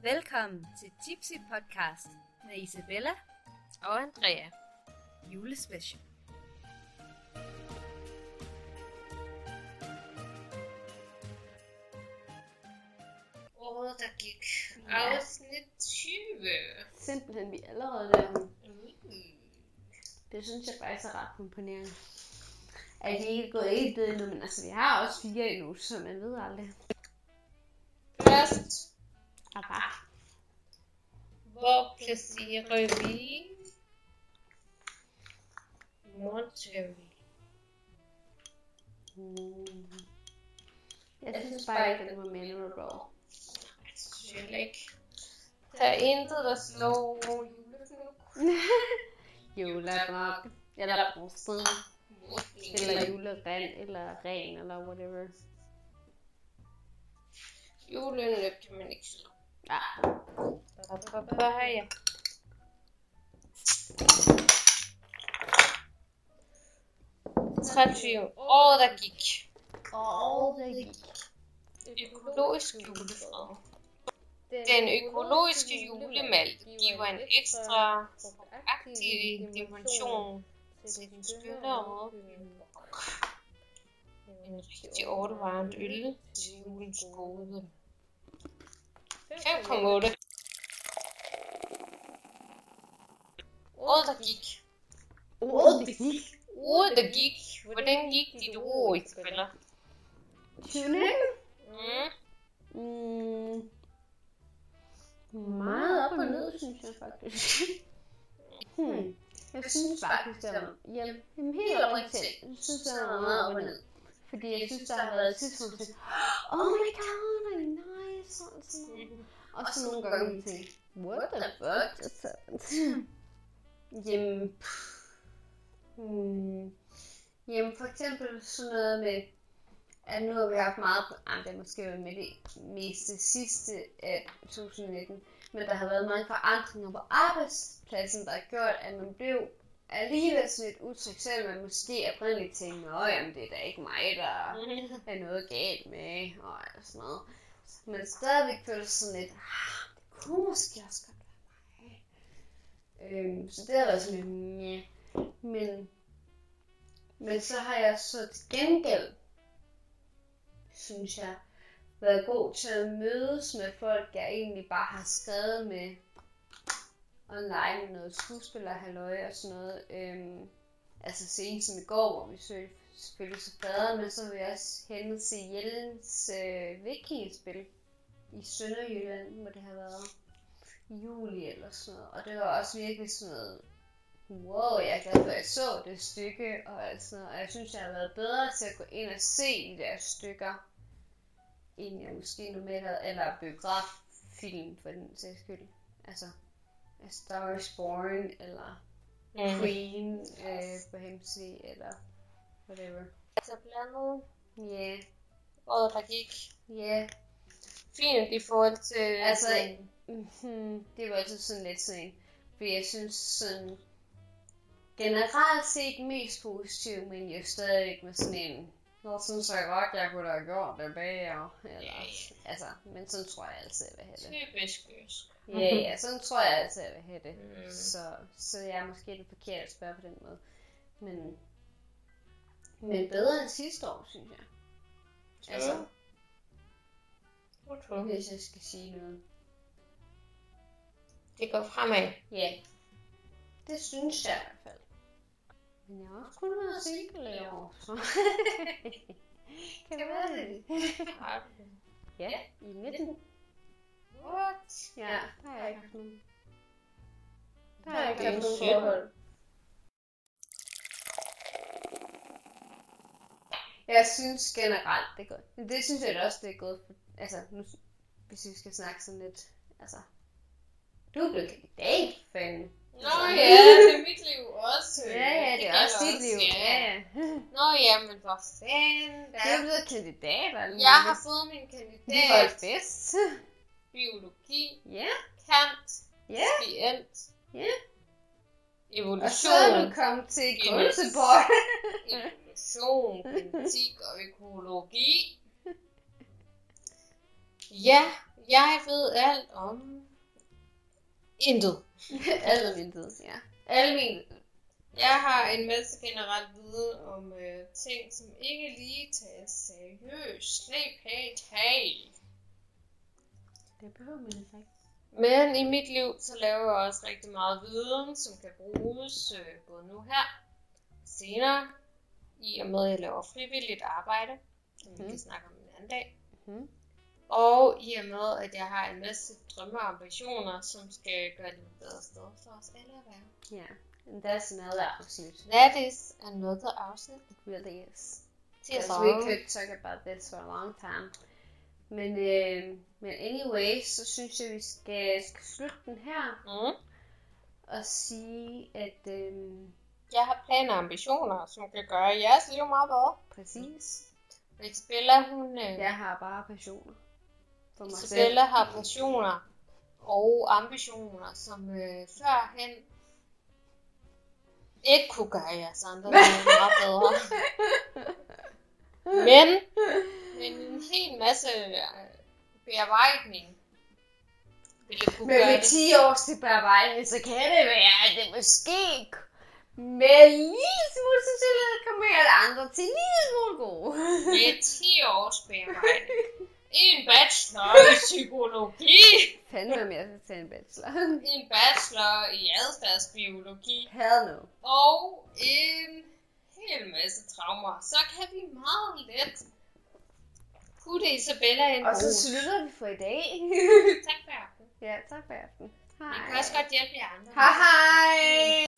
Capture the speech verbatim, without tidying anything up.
Velkommen til Tipsy Podcast med Isabella og Andrea. Julespecial. Året der gik. Ja. Afsnit tyve. Simpelthen vi er allerede der. Mm. Det synes jeg faktisk er ret imponerende. At vi ikke er gået helt død endnu, men altså vi har også fire endnu, så man ved aldrig. Først, Apa. hvor placerer vi Monterey? Mm. Jeg synes bare ikke, den var memorable. Jeg synes heller ikke. Der er intet, der slår juleknuk. Julegrok. Eller brostrid. Eller julerand. Eller ren. Eller whatever. Julen kan man ikke slå. Ja. Papaya. treogtyve. Året der gik. Og det gik. Økologisk julefred. Den økologiske julemalt giver en ekstra aktiv dimension til den skønne rådbyrk. En rigtig overvarmt øl til julens gode. fem komma otte. Året der gik. Året det gik. Året der gik. Hvordan gik dit år, Isabella? tyve nitten. Mm. Mm. Meget op og ned, synes jeg faktisk. hmm. Jeg synes faktisk, det var ja, helt oprigtigt. Jeg synes, det var meget op og ned. Fordi jeg synes, der har været et tidspunkt, hvor oh my god, nice, sådan sådan. Og så nogle gange tænkte what the fuck just happened? Jamen, hmm. Jamen, for eksempel sådan noget med, at nu har vi haft meget på, ah, det er måske med det meste sidste af to tusind nitten, men der har været mange forandringer på arbejdspladsen, der har gjort, at man blev alligevel sådan lidt utryg, selvom man måske oprindeligt tænkte, åh, jamen, det er da ikke mig, der er noget galt med, og sådan noget. Men stadigvæk føles sådan lidt, ah, det kunne måske også godt være mig. Øhm, så det har været sådan lidt, ja. Men, men så har jeg så til gengæld, synes jeg, været god til at mødes med folk, jeg egentlig bare har skrevet med online, noget skuespillerhalløj og sådan noget. Øhm, altså senest som i går, hvor vi selvfølgelig så faderen, men så vil jeg også hen til Jellens øh, vikingespil i Sønderjylland, hvor det har været i juli eller sådan noget. Og det var også virkelig sådan noget, wow, jeg er glad for, at jeg så det stykke og alt sådan noget. Og jeg synes, jeg har været bedre til at gå ind og se de der stykker, end jeg måske normalt havde, eller biograffilm for den sags skyld. Altså, A Star is Born, eller mm. Queen øh, på Hemsey, eller whatever. Så blandet. Ja. Yeah. Året der gik. Ja. Yeah. Fint i forhold til... Altså, mm-hmm, det var altid sådan lidt sådan, for jeg synes sådan, generelt set mest positiv, men jo stadig med sådan en, nå, synes jeg godt, jeg kunne have gjort det bedre. Eller, yeah. Altså, men sådan tror jeg altid, jeg vil have det. Typisk jysk. Ja, ja, sådan tror jeg altid, jeg vil have det. Mm. Så, så jeg er måske lidt forkert at spørge på den måde. Men, men bedre end sidste år, synes jeg. Så. Altså, okay. Hvis jeg skal sige noget. Det går fremad. Ja, det synes jeg i hvert fald. Men jeg har også kun været single i år, så... kan det være det? Ja, i midten. What? Ja, der har jeg ikke haft nogen. Der har jeg ikke haft nogen forhold. Jeg synes generelt, det er godt. Men det synes jeg da også, det er godt. Altså, nu, hvis vi skal snakke sådan lidt, altså... Du er blevet kandidat, fanden. Nå ja, det er mit liv også. Ja, ja, det er det også dit liv. Ja, ja. Nå ja, men hvor fanden. Du er blevet kandidat, eller? Jeg har fået min kandidat. Det var fest. Biologi. Ja. Kant. Ja. Skient. Ja. Evolution. Og så er du kommet til Kunseborg. Evolution, genetik og økologi. Ja, Jeg ved alt om intet. Alt om intet, ja. Alle mine. Jeg har en masse generelt viden om øh, ting, som ikke lige tages seriøst. Slet tag. Det behøver man altså ikke. Men i mit liv, så laver jeg også rigtig meget viden, som kan bruges øh, både nu her, senere, i og med at jeg laver frivilligt arbejde, som mm. vi kan snakke om en anden dag. Mm. Og i og med, at jeg har en masse drømme og ambitioner, som skal gøre det et bedre sted for os alle at være. Yeah, and that's another outlet. That is another outlet. It really is. Yes, we could talk about this for a long time. Men, øh, men anyway, så synes jeg, vi skal, skal slutte den her. Mm. Og sige, at... Øh, jeg har planer og ambitioner, som kan gøre jeres liv meget bedre. Præcis. Og Isabella, hun... Øh, jeg har bare passioner. For mig Isabella selv. har passioner og ambitioner, som øh, førhen ikke kunne gøre jeres andre liv meget bedre. Men, men en hel masse øh, bearbejdning ville kunne men gøre med det. ti års til bearbejdning, så kan det være, at det måske med en lille smule sandsynlighed kommer alle andre til en lille smule gode. Med ti års bearbejdning. En bachelor i psykologi. Fanden med mere til en bachelor. En bachelor i adfærdsbiologi. Hell no. Og en hel masse traumer. Så kan vi meget let putte Isabella ind. Og så slutter vi for i dag. Tak for aften. Ja, tak for aften. Hej. Vi kan også godt hjælpe jer andre. Hej hej.